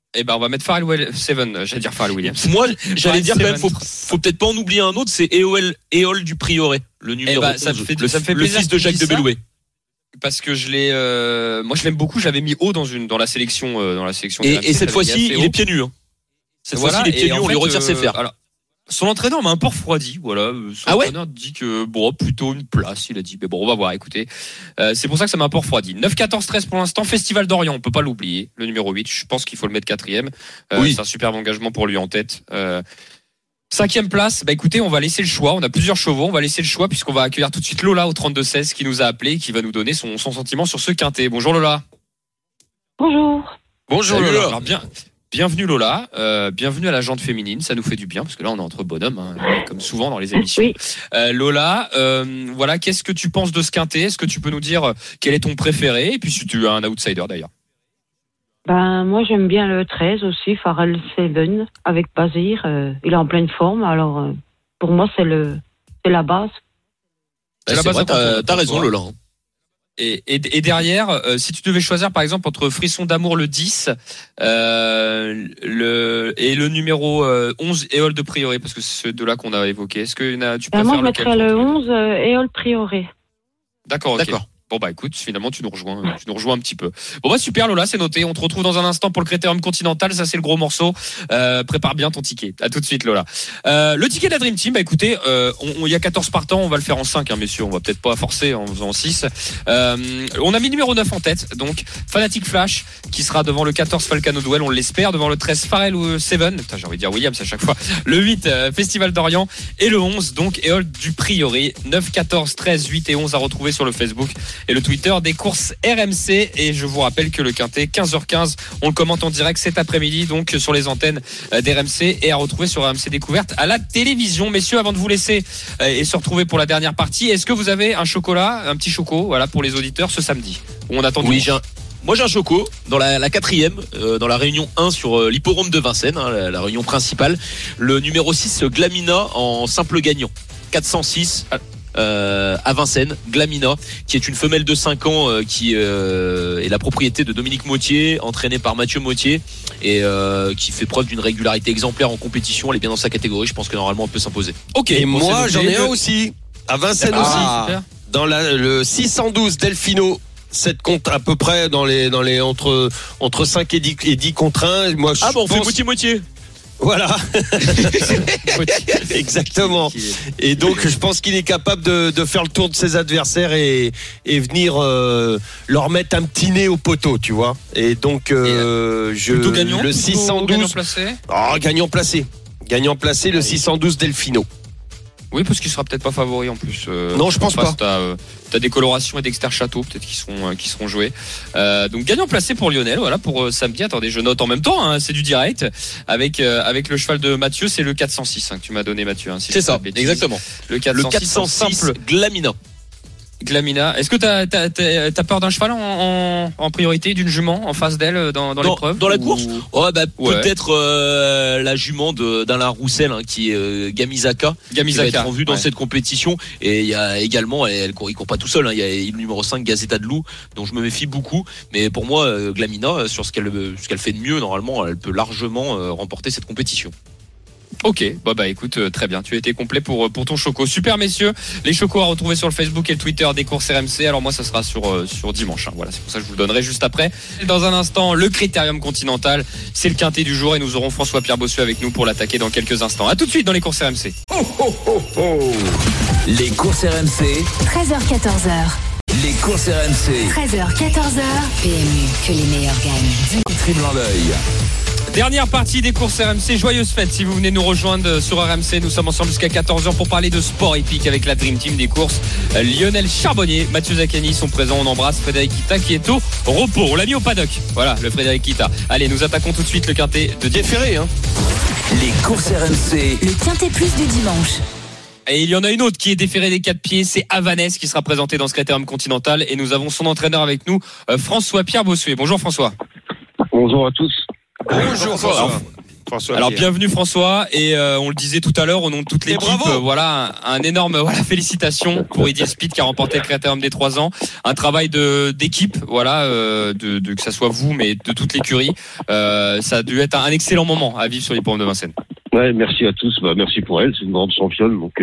Eh ben, on va mettre Pharrell Williams. Moi, j'allais dire quand même, Seven. faut peut-être pas en oublier un autre, c'est Éole du Prieuré, le numéro 11, ça me fait le plaisir fils que de tu Jacques dises de ça. Bellouet. Parce que moi je l'aime beaucoup, je l'avais mis haut dans la sélection Et cette fois-ci, il est pieds nus. Cette Voilà, fois-ci, il est pieds et nus, en on lui fait, retire ses fers. alors, son entraîneur m'a un peu refroidi, voilà. Son Ah ouais entraîneur dit que bon, plutôt une place, il a dit. Mais bon, on va voir, écoutez. C'est pour ça que ça m'a un peu refroidi. 9-14-13 pour l'instant, Festival d'Orient, on peut pas l'oublier. Le numéro 8, je pense qu'il faut le mettre 4e. Oui. C'est un superbe engagement pour lui en tête. 5e place, bah écoutez, on va laisser le choix. On a plusieurs chevaux, on va laisser le choix puisqu'on va accueillir tout de suite Lola au 32-16 qui nous a appelé et qui va nous donner son sentiment sur ce quintet. Bonjour Lola. Bonjour. Bonjour Salut, Lola. Lola. Alors, bienvenue Lola, bienvenue à la jante féminine, ça nous fait du bien parce que là on est entre bonhommes, hein, comme souvent dans les émissions. Oui. Lola, voilà, qu'est-ce que tu penses de ce quintet? Est-ce que tu peux nous dire quel est ton préféré? Et puis si tu as un outsider d'ailleurs. Ben, moi, j'aime bien le 13 aussi, Pharrell Seven, avec Bazir. Il est en pleine forme, alors pour moi, c'est la base. C'est la C'est base vrai, importante t'as pour raison, toi. Lola. Et derrière, si tu devais choisir par exemple entre Frisson d'amour le 10 et le numéro 11 Éole de Prioré, parce que c'est ceux deux-là qu'on a évoqué. Est-ce que tu préfères Moi, je lequel mettrais le 11 Éole Prioré. D'accord, ok. D'accord. Bon bah écoute, finalement tu nous rejoins un petit peu. Bon bah super Lola, c'est noté. On te retrouve dans un instant pour le Critérium Continental, ça c'est le gros morceau. Prépare bien ton ticket. À tout de suite Lola. Le ticket de la Dream Team, bah écoutez, il y a 14 partants, on va le faire en 5 hein, messieurs, on va peut-être pas forcer en faisant 6. On a mis numéro 9 en tête, donc Fanatic Flash qui sera devant le 14 Falcano Duel, on l'espère, devant le 13 Pharrell ou Seven. Putain, j'ai envie de dire Williams à chaque fois. Le 8 Festival d'Orient et le 11 donc Éole du Prieuré. 9 14 13 8 et 11 à retrouver sur le Facebook et le Twitter des courses RMC. Et je vous rappelle que le quintet 15h15 on le commente en direct cet après-midi donc sur les antennes d'RMC et à retrouver sur RMC Découverte à la télévision. Messieurs, avant de vous laisser et se retrouver pour la dernière partie, est-ce que vous avez un petit choco voilà pour les auditeurs ce samedi où on attend Oui, moi j'ai un choco dans la 4e, dans la réunion 1 sur l'hipporome de Vincennes, hein, la réunion principale. Le numéro 6, Glamina en simple gagnant. 406 à Vincennes, Glamina, qui est une femelle de 5 ans qui est la propriété de Dominique Mautier, entraînée par Mathieu Mautier et qui fait preuve d'une régularité exemplaire en compétition. Elle est bien dans sa catégorie, je pense que normalement on peut s'imposer. Ok, Et bon, moi, c'est j'en noté. ai un aussi. À Vincennes Ah, aussi. super. Dans le 612 Delfino. 7 contre à peu près dans les entre 5 et 10 contre 1. Moi, je On fait pense- moitié-moitié. Voilà. Exactement. Et donc, je pense qu'il est capable de faire le tour de ses adversaires et venir leur mettre un petit nez au poteau, tu vois. Et donc, Plutôt gagnant, le plutôt 612. gagnant placé. Gagnant placé. Gagnant placé, le 612 Delfino. Oui, parce qu'il sera peut-être pas favori en plus. Non, je pense en face, pas. T'as des colorations et d'Exter Château peut-être qui seront joués. Donc gagnant placé pour Lionel, voilà pour samedi. Attendez, je note en même temps, hein, c'est du direct avec le cheval de Mathieu, c'est le 406 hein, que tu m'as donné Mathieu. Hein, si C'est je dis pas ça, de bêtises. exactement. Le 406, Le 406, simple Glamina. Glamina. Est-ce que t'as peur d'un cheval en priorité, d'une jument en face d'elle dans l'épreuve dans la ou- course Ouais. Peut-être la jument d'Alain Roussel hein, qui est Gamizaka, qui va Gamizaka, être en vue dans ouais. cette compétition. Et il y a également, il court pas tout seul, hein, il y a le numéro 5 Gazeta de Loup dont je me méfie beaucoup. Mais pour moi, Glamina, sur ce qu'elle fait de mieux, normalement, elle peut largement remporter cette compétition. Ok, bah écoute, très bien, tu as été complet pour ton choco. Super messieurs, les chocos à retrouver sur le Facebook et le Twitter des courses RMC. Alors moi ça sera sur dimanche, hein. Voilà, c'est pour ça que je vous le donnerai juste après. Dans un instant, le Critérium Continental, c'est le quintet du jour et nous aurons François-Pierre Bossuet avec nous pour l'attaquer dans quelques instants. À tout de suite dans les courses RMC. Les courses RMC, 13h-14h. les courses RMC, 13h-14h. PMU, que les meilleurs gagnent. Dimitri Blanc-L'œil. Dernière partie des courses RMC, joyeuse fête si vous venez nous rejoindre sur RMC. Nous sommes ensemble jusqu'à 14h pour parler de sport épique avec la Dream Team des courses. Lionel Charbonnier, Mathieu Zaccani sont présents. On embrasse Frédéric Kita qui est au repos. On l'a mis au paddock. Voilà, le Frédéric Kita. Allez, nous attaquons tout de suite le quintet de Déféré, hein. Les courses RMC, Le quintet plus du dimanche. Et il y en a une autre qui est déférée des 4 pieds, c'est Havanès qui sera présenté dans ce Critérium Continental. Et nous avons son entraîneur avec nous, François-Pierre Bossuet. Bonjour François. Bonjour à tous. Bonjour François. François. Alors Pierre. bienvenue François et on le disait tout à l'heure au nom de toute Et l'équipe, bravo. voilà un énorme félicitations pour Idil Speed qui a remporté le Critérium des 3 ans, un travail d'équipe, voilà de que ça soit vous mais de toute l'écurie, ça a dû être un excellent moment à vivre sur l'hippodrome de Vincennes. Ouais, merci à tous. Merci pour elle. C'est une grande championne. Donc,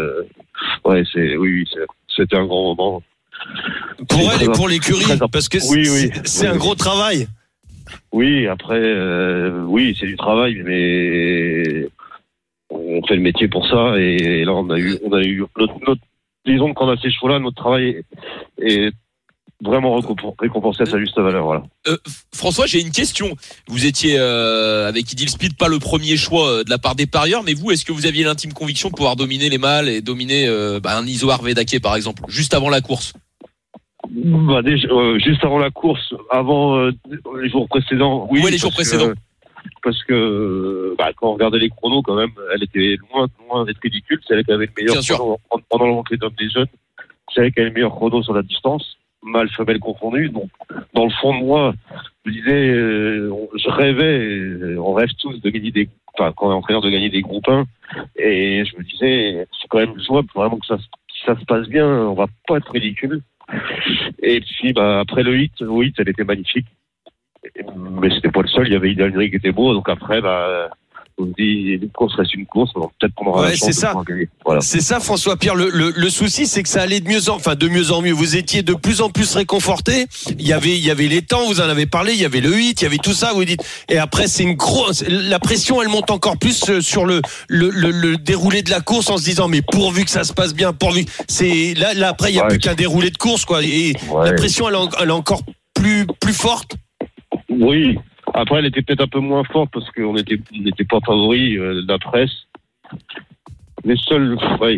c'était un grand moment. Pour elle et pour l'écurie, parce que c'est un gros travail. Oui, après, c'est du travail, mais on fait le métier pour ça. Et là, on a eu notre disons qu'on a ces chevaux-là, notre travail est vraiment récompensé à sa juste valeur. Voilà. François, j'ai une question. Vous étiez avec Idil Speed pas le premier choix de la part des parieurs, mais vous, est-ce que vous aviez l'intime conviction de pouvoir dominer les mâles et dominer un Isoar Vedake par exemple, juste avant la course? Déjà, juste avant la course, avant les jours précédents. Oui, les jours précédents. Parce que quand on regardait les chronos, quand même, elle était loin d'être ridicule. C'est elle qui avait le meilleur chrono pendant le rentrée d'hommes des jeunes. C'est elle qui avait le meilleur chrono sur la distance, mâle, femelle confondue. Donc, dans le fond de moi, je me disais, je rêvais, on rêve tous de gagner quand on est entraîneur, de gagner des groupes 1. Et je me disais, c'est quand même jouable, vraiment que si ça se passe bien, on va pas être ridicule. Et puis après le hit, elle était magnifique, mais c'était pas le seul. Il y avait Hidalgo qui était beau, donc après on se dit une course reste une course, donc peut-être qu'on aura la chance de pouvoir gagner. Voilà. C'est ça, François Pierre. Le souci, c'est que ça allait de mieux en mieux. Vous étiez de plus en plus réconforté. Il y avait les temps, vous en avez parlé. Il y avait le hit, il y avait tout ça. Vous dites. Et après, c'est une grosse. La pression, elle monte encore plus sur le déroulé de la course, en se disant mais pourvu que ça se passe bien, pourvu. C'est là après, il y a plus qu'un déroulé de course, quoi. Et la pression, elle est encore plus forte. Oui. Après, elle était peut-être un peu moins forte parce qu'on n'était pas favoris de la presse. La seule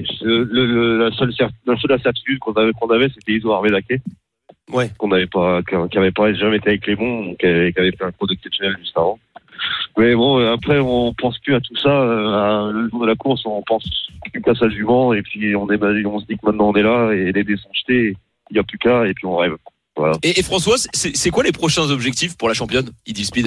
certitude qu'on avait, c'était Isoar Vedake. Ouais. Qui avait pas jamais été avec les bons, donc qui avait fait un coup exceptionnel juste avant. Mais bon, après, on pense plus à tout ça. Le jour de la course, on pense plus qu'à sa jument, et puis on se dit que maintenant on est là, et les dés sont jetés, il n'y a plus qu'à, et puis on rêve. Voilà. Et François, c'est quoi les prochains objectifs pour la championne Idil Speed?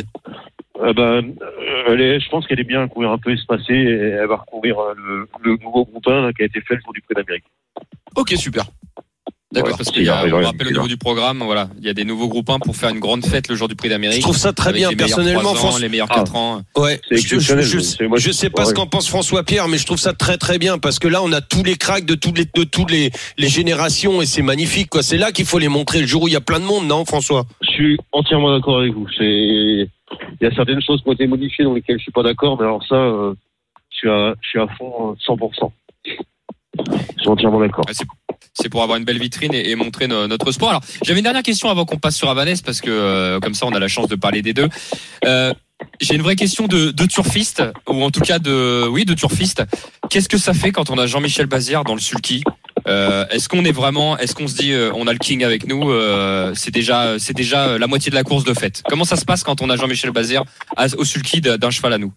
Je pense qu'elle est bien à courir un peu espacée, et elle va recourir le nouveau groupe 1 qui a été fait le jour du Prix d'Amérique. Ok, super. D'accord, parce qu'il y a, on rappelle au niveau du programme, voilà, il y a des nouveaux groupes 1 pour faire une grande fête le jour du Prix d'Amérique. Je trouve ça très bien, personnellement, François. Les meilleurs 4 ans. Ouais. Je sais pas ce qu'en pense François Pierre, mais je trouve ça très très bien parce que là, on a tous les cracks de toutes les générations et c'est magnifique, quoi. C'est là qu'il faut les montrer le jour où il y a plein de monde, non, François? Je suis entièrement d'accord avec vous. Il y a certaines choses qui ont été modifiées dans lesquelles je suis pas d'accord, mais alors ça, je suis à fond 100%. Je suis entièrement d'accord. C'est pour avoir une belle vitrine et montrer notre sport. Alors, j'avais une dernière question avant qu'on passe sur Havanès parce que comme ça, on a la chance de parler des deux. J'ai une vraie question de turfiste, ou en tout cas de turfiste. Qu'est-ce que ça fait quand on a Jean-Michel Bazir dans le sulky? Est-ce qu'on se dit on a le King avec nous, c'est déjà la moitié de la course de fête. Comment ça se passe quand on a Jean-Michel Bazir au sulky d'un cheval à nous?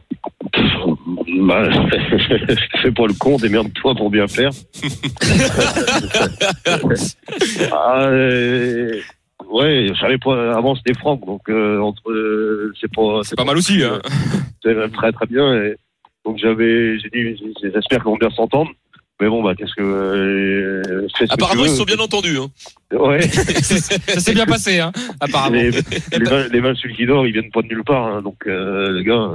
Fais pas le con, démerde-toi pour bien faire. Ouais, je savais pas, avant c'était Franck, donc c'est pas mal aussi, hein. C'est très très bien, et donc j'ai dit, j'espère qu'on va bien s'entendre. Mais bon, qu'est-ce que... apparemment, ils se sont bien entendus. Hein. Ouais. Ça s'est bien passé, hein, apparemment. Les vins sulky d'or, ils viennent pas de nulle part, hein, donc les gars...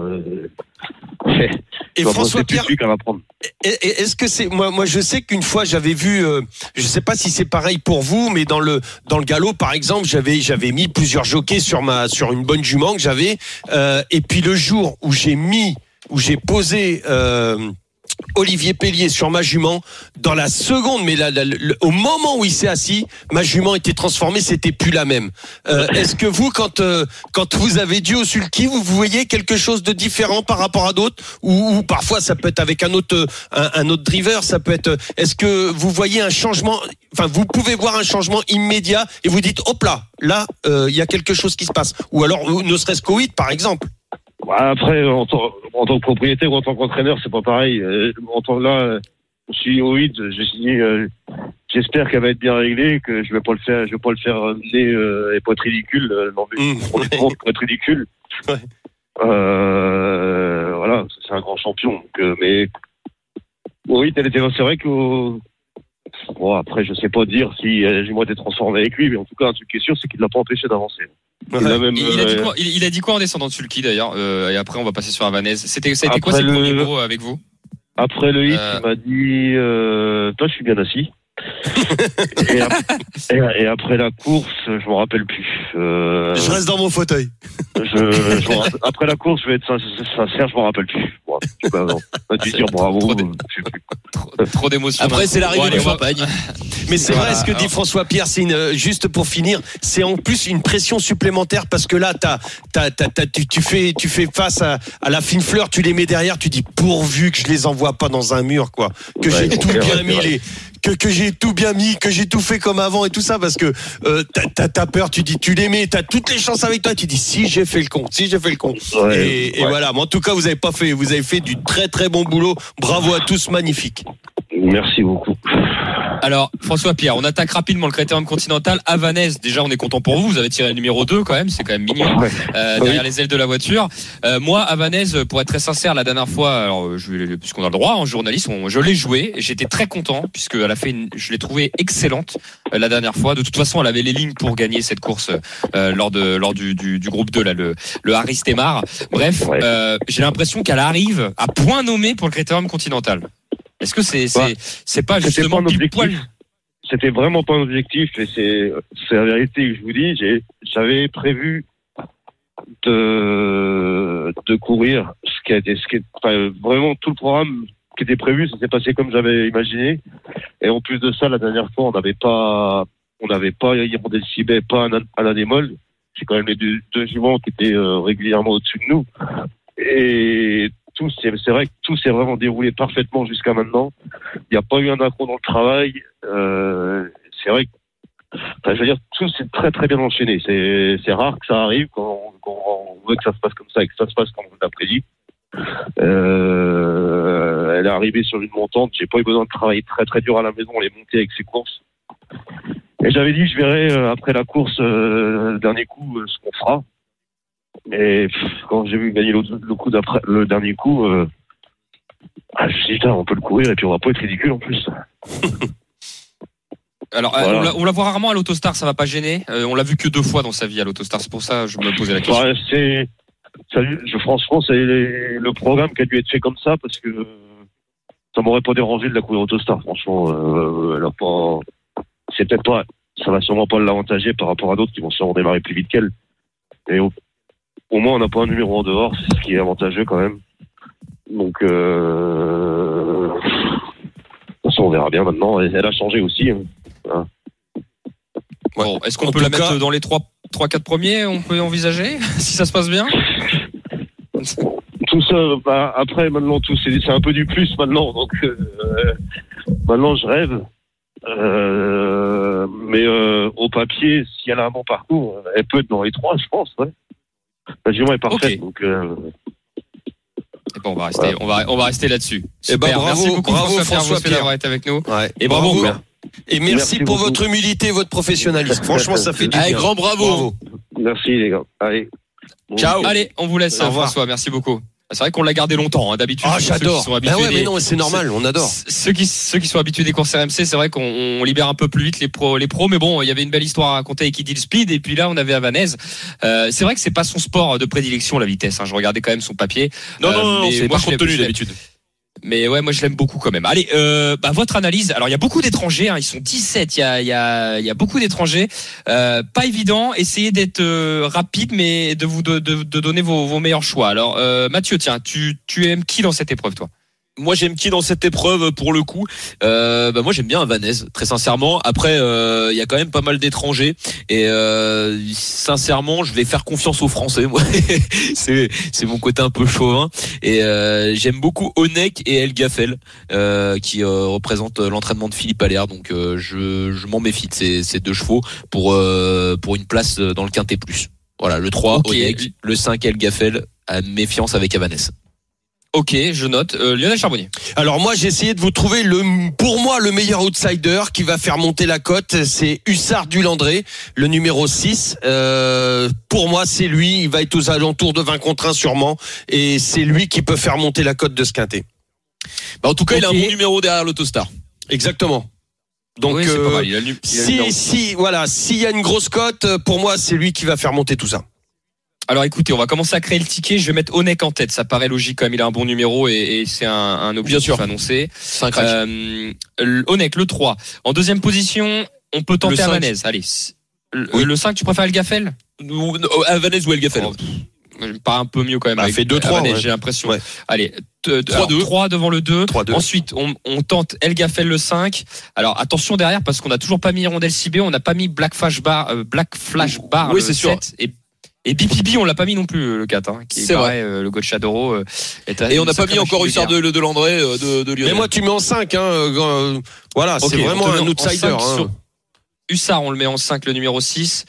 Et François Pierre, prendre. Est-ce que c'est moi je sais qu'une fois j'avais vu, je sais pas si c'est pareil pour vous, mais dans le galop par exemple, j'avais mis plusieurs jockeys sur une bonne jument que j'avais, et puis le jour où j'ai posé Olivier Pellier sur ma jument, dans la seconde, mais au moment où il s'est assis, ma jument était transformée, c'était plus la même. Est-ce que vous, quand vous avez dû au sulky, vous voyez quelque chose de différent par rapport à d'autres, ou parfois ça peut être avec un autre driver, ça peut être. Est-ce que vous voyez un changement? Enfin, vous pouvez voir un changement immédiat et vous dites, hop là, il y a quelque chose qui se passe, ou alors ne serait-ce qu'au hit, par exemple. Après, en tant que propriétaire ou en tant qu'entraîneur, c'est pas pareil. Là, je suis au 8, j'espère qu'elle va être bien réglée, que je vais pas le faire mener et pas être ridicule. Non, mais pour être ridicule. Ouais. Voilà, c'est un grand champion. Donc, mais oui, c'est vrai que bon, après, je sais pas dire si j'ai moi été transformé avec lui, mais en tout cas, un truc qui est sûr, c'est qu'il ne l'a pas empêché d'avancer. Il a dit quoi en descendant de Sulky d'ailleurs, et après on va passer sur Havanaise. Ça a été quoi ses premiers mots avec vous? Après le hit, il m'a dit toi, je suis bien assis. et après la course, je m'en rappelle plus. Je reste dans mon fauteuil. Après la course, je vais être sincère, je m'en rappelle plus. Bon, tu peux dire bravo. Trop d'émotions. Après, c'est l'arrivée de champagne. Mais c'est vrai, ce que dit François Pierre, c'est juste pour finir, c'est en plus une pression supplémentaire parce que là, tu fais face à la fine fleur, tu les mets derrière, tu dis pourvu que je les envoie pas dans un mur, quoi. Que j'ai tout bien mis que j'ai tout bien mis, que j'ai tout fait comme avant et tout ça, parce que t'as peur, tu dis tu les mets, t'as toutes les chances avec toi, tu dis si j'ai fait le con. Ouais, et voilà, mais en tout cas vous avez fait du très très bon boulot, bravo à tous, magnifique. Merci beaucoup. Alors François Pierre, on attaque rapidement le Critérium Continental. Havanaise, déjà on est content pour vous avez tiré le numéro 2 quand même, c'est quand même mignon, derrière les ailes de la voiture. Moi Havanaise, pour être très sincère, la dernière fois, alors puisqu'on a le droit en journaliste, je l'ai joué, j'étais très content puisque elle a fait je l'ai trouvée excellente la dernière fois. De toute façon elle avait les lignes pour gagner cette course lors du groupe 2 là, le Harry Stemar. Bref, j'ai l'impression qu'elle arrive à point nommé pour le Critérium Continental. Est-ce que c'est pas justement pile poil? C'était vraiment pas un objectif, et c'est la vérité que je vous dis. J'avais prévu de courir vraiment tout le programme qui était prévu, ça s'est passé comme j'avais imaginé. Et en plus de ça, la dernière fois, on n'avait pas Hirondelle Cibet, pas un anémol. C'est quand même les deux juments qui étaient régulièrement au-dessus de nous. Et c'est vrai que tout s'est vraiment déroulé parfaitement jusqu'à maintenant. Il n'y a pas eu un accroc dans le travail. C'est vrai que, je veux dire, tout s'est très très bien enchaîné. C'est rare que ça arrive quand on veut que ça se passe comme ça et que ça se passe comme on l'a prédit. Elle est arrivée sur une montante. J'ai pas eu besoin de travailler très très dur à la maison. Elle est montée avec ses courses. Et j'avais dit, je verrai après la course, le dernier coup, ce qu'on fera. Et quand j'ai vu gagner le dernier coup, je me suis dit, on peut le courir et puis on va pas être ridicule en plus. Alors, voilà. On la voit rarement à l'Autostar, ça va pas gêner. On l'a vu que 2 fois dans sa vie à l'Autostar, c'est pour ça que je me posais la question. Franchement, c'est le programme qui a dû être fait comme ça, parce que ça m'aurait pas dérangé de la courir Autostar. Franchement, elle a pas. C'est peut-être pas. Ça va sûrement pas l'avantager par rapport à d'autres qui vont sûrement démarrer plus vite qu'elle. Et au moins, on n'a pas un numéro en dehors, c'est ce qui est avantageux quand même. Donc, de toute façon, on verra bien maintenant. Elle a changé aussi. Voilà. Bon, est-ce qu'on peut la mettre dans les 3-4 premiers? On peut envisager si ça se passe bien. Tout ça, après maintenant c'est un peu du plus maintenant, donc maintenant je rêve. Mais au papier, si elle a un bon parcours, elle peut être dans les 3, je pense. Ouais. La jument est parfaite, okay. Donc. Et bon, on va rester là-dessus. Et bravo, merci beaucoup François Pierre d'avoir été avec nous. Ouais. Et bravo. Et merci pour votre humilité, votre professionnalisme. Franchement, ça fait du bien. Grand bravo. Merci les gars. Allez. Ciao. Allez, on vous laisse, François. Merci beaucoup. C'est vrai qu'on l'a gardé longtemps, hein, d'habitude. Ah, j'adore. Mais non, c'est normal, on adore. Ceux qui sont habitués des courses RMC, c'est vrai qu'on libère un peu plus vite les pros, mais bon, il y avait une belle histoire à raconter avec Idil Speed, et puis là, on avait Havanaise. C'est vrai que c'est pas son sport de prédilection, la vitesse, hein. Je regardais quand même son papier. Non, c'est pas compte tenu d'habitude. Mais ouais, moi je l'aime beaucoup quand même. Allez, votre analyse. Alors il y a beaucoup d'étrangers, hein, ils sont 17. Il y a beaucoup d'étrangers. Pas évident. Essayez d'être rapide, mais de donner vos meilleurs choix. Alors Mathieu, tiens, tu aimes qui dans cette épreuve, toi? Moi j'aime qui dans cette épreuve pour le coup moi j'aime bien Havanaise, très sincèrement. Après il y a quand même pas mal d'étrangers et sincèrement je vais faire confiance aux Français, moi. c'est mon côté un peu chauvin, et j'aime beaucoup Onek et El Gaffel qui représentent l'entraînement de Philippe Allaire, donc je m'en méfie de ces 2 chevaux pour une place dans le Quintet Plus. Voilà, le 3 Onek, le 5 El Gaffel, à méfiance avec Havanaise. Ok, je note. Lionel Charbonnier. Alors moi j'ai essayé de vous trouver pour moi le meilleur outsider qui va faire monter la cote, c'est Hussard du Landré, le numéro 6. Pour moi c'est lui, il va être aux alentours de 20 contre 1 sûrement, et c'est lui qui peut faire monter la cote de ce quintet. Bah, en tout cas, il a un bon numéro derrière l'Autostar. Exactement. Donc oui, c'est pas mal. Il a le s'il y a une grosse cote, pour moi c'est lui qui va faire monter tout ça. Alors écoutez, on va commencer à créer le ticket. Je vais mettre Onek en tête. Ça paraît logique quand même. Il a un bon numéro et c'est un objectif annoncé. C'est un crack. Onek, le 3. En deuxième position, on peut tenter Avanez. Allez. Le 5, tu préfères El Gaffel? Avanez ou El Gaffel? Pas un peu mieux quand même. Bah, fait 2-3. Avanez, j'ai l'impression. Ouais. Allez. 3-2. 3 devant le 2. 3-2. Ensuite, on tente El Gaffel le 5. Alors, attention derrière parce qu'on n'a toujours pas mis Hirondelle CB. On n'a pas mis Black Flash Bar oui, le c'est sûr. 7. Et BPB, on l'a pas mis non plus, le 4, qui est pareil, le Gauchadoro. Et on n'a pas mis encore Hussard de Landré, de Lionel. Mais moi, tu mets en 5, voilà, okay, c'est vraiment un outsider. Hussard, on le met en 5, le numéro 6.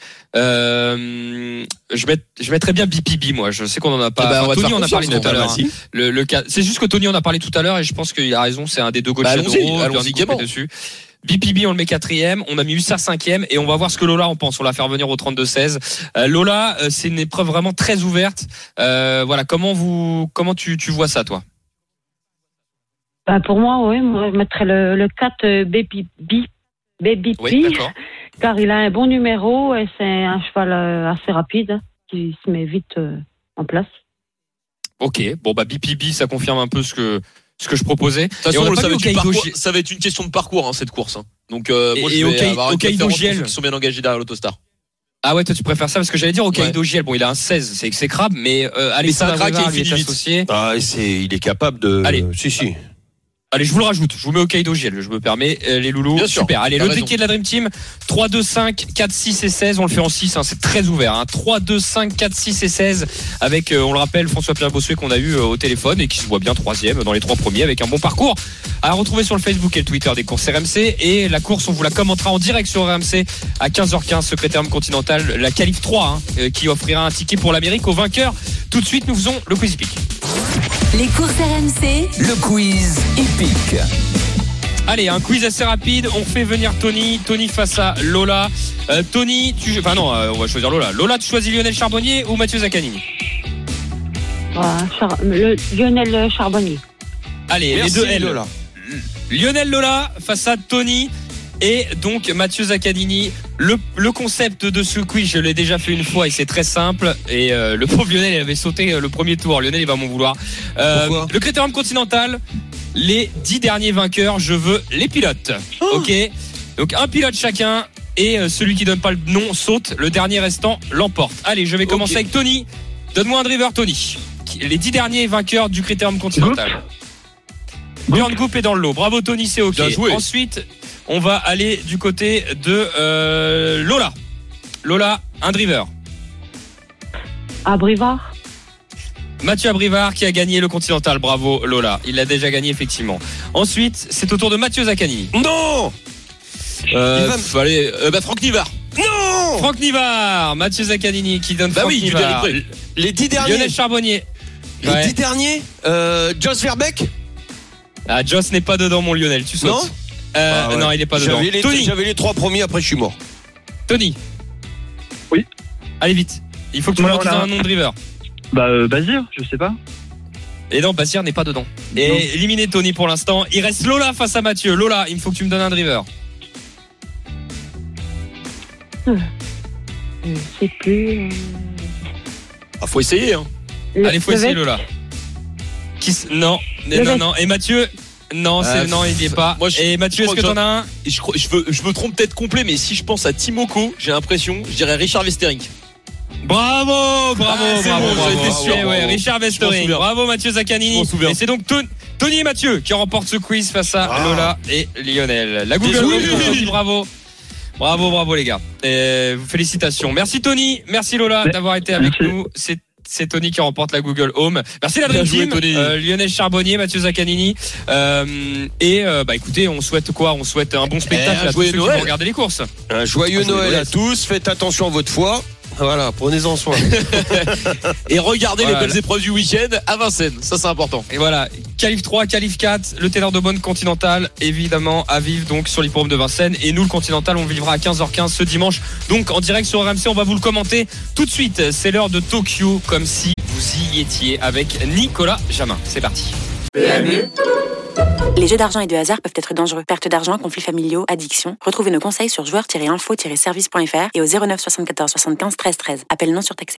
Je mettrais bien BPB, moi. Je sais qu'on en a pas. Tony en a parlé tout à l'heure. C'est juste que Tony en a parlé tout à l'heure et je pense qu'il a raison, c'est un des deux Gauchadoro. Allons-y gaiement. Dessus. BPB, on le met 4e. On a mis Hussard 5e et on va voir ce que Lola en pense. On va faire venir au 32-16. Lola, c'est une épreuve vraiment très ouverte. Voilà, comment tu vois ça, toi? Bah pour moi, oui, moi je mettrais le 4 BPB, oui, car il a un bon numéro et c'est un cheval assez rapide qui se met vite en place. Ok, bon bah BPB, ça confirme un peu ce que je proposais. De toute façon, ça va être une question de parcours, cette course. Donc, moi, je vais avoir une préférence pour ceux qui sont bien engagés derrière l'Autostar. Ah ouais, toi, tu préfères ça parce que j'allais dire Hokkaido Giel. Bon, il a un 16, c'est exécrable, mais Alexandre Abrivard lui est associé. Ah, il est capable de. Allez. Si. Allez, je vous le rajoute. Je vous mets Hokkaido Giel. Je me permets, les loulous. Bien sûr. Super. Allez, le ticket de la Dream Team. 3, 2, 5, 4, 6 et 16. On le fait en 6. C'est très ouvert. 3, 2, 5, 4, 6 et 16. Avec, on le rappelle, François-Pierre Bossuet qu'on a eu au téléphone et qui se voit bien 3e dans les 3 premiers avec un bon parcours. À retrouver sur le Facebook et le Twitter des courses RMC. Et la course, on vous la commentera en direct sur RMC à 15h15. Secrétaire continental, la qualif 3, qui offrira un ticket pour l'Amérique au vainqueur. Tout de suite, nous faisons le quiz hippique. Les courses RMC, le quiz hippique. Allez, un quiz assez rapide. On fait venir Tony face à Lola. Tony, on va choisir Lola. Lola, tu choisis Lionel Charbonnier ou Mathieu Zaccanini? Lionel Charbonnier. Allez, merci, les deux L. Lola. Lionel Lola face à Tony et donc Mathieu Zaccanini. Le concept de ce quiz, je l'ai déjà fait une fois et c'est très simple. Et le pauvre Lionel, il avait sauté le premier tour. Lionel, il va m'en vouloir. Le Critérium continental, les 10 derniers vainqueurs, je veux les pilotes. Ok. Donc un pilote chacun et celui qui donne pas le nom saute. Le dernier restant l'emporte. Allez, je vais commencer avec Tony. Donne-moi un driver, Tony. Les 10 derniers vainqueurs du Critérium continental. Björn Goop est dans le lot. Bravo Tony, c'est ok. Ensuite, on va aller du côté de Lola. Lola, un driver. Abrivard. Mathieu Abrivard qui a gagné le Continental. Bravo Lola. Il l'a déjà gagné effectivement. Ensuite, c'est au tour de Mathieu Zaccanini. Non. Franck Nivard. Non. Franck Nivard. Mathieu Zaccanini qui donne Franck Nivard. Les 10 derniers. Lionel Charbonnier. Les 10 derniers. Joss Verbeek. Ah, Joss n'est pas dedans, mon Lionel. Tu sautes. Non, non, il n'est pas dedans. J'avais les 3 premiers, après je suis mort. Tony. Oui. Allez vite. Il faut que tu me retrouves un nom de driver. Bazir, je sais pas. Et non, Bazir n'est pas dedans. Et éliminé Tony pour l'instant. Il reste Lola face à Mathieu. Lola, il faut que tu me donnes un driver. Je sais plus. Faut essayer. Allez, faut essayer Lola. Non. Et Mathieu? Non, il n'y est pas. Et Mathieu, est-ce que t'en as un? Je me trompe peut-être complet, mais si je pense à Timoko, j'ai l'impression, je dirais Richard Westering. Bravo. J'étais sûr. Richard Westering. Bravo Mathieu Zaccanini. Et c'est donc Tony et Mathieu qui remportent ce quiz face à Lola et Lionel. La Google Home, bravo les gars. Félicitations. Merci Tony, merci Lola d'avoir été avec nous. C'est Tony qui remporte la Google Home. Merci la Dream Team, Lionel Charbonnier, Mathieu Zaccanini. Écoutez, on souhaite quoi? On souhaite un bon spectacle à tous ceux qui vont regarder les courses. Un joyeux Noël à tous. Faites attention à votre foi. Voilà, prenez-en soin. Et regardez Voilà. les belles épreuves du week-end à Vincennes. Ça, c'est important. Et voilà, qualif 3, qualif 4, le Tenor de Beaune Continental, évidemment, à vivre donc sur l'hippodrome de Vincennes. Et nous, le Continental, on vivra à 15h15 ce dimanche. Donc, en direct sur RMC, on va vous le commenter tout de suite. C'est l'heure de Tokyo, comme si vous y étiez avec Nicolas Jamin. C'est parti. Les jeux d'argent et de hasard peuvent être dangereux. Perte d'argent, conflits familiaux, addiction. Retrouvez nos conseils sur joueurs-info-service.fr et au 09 74 75 13 13. Appel non surtaxé.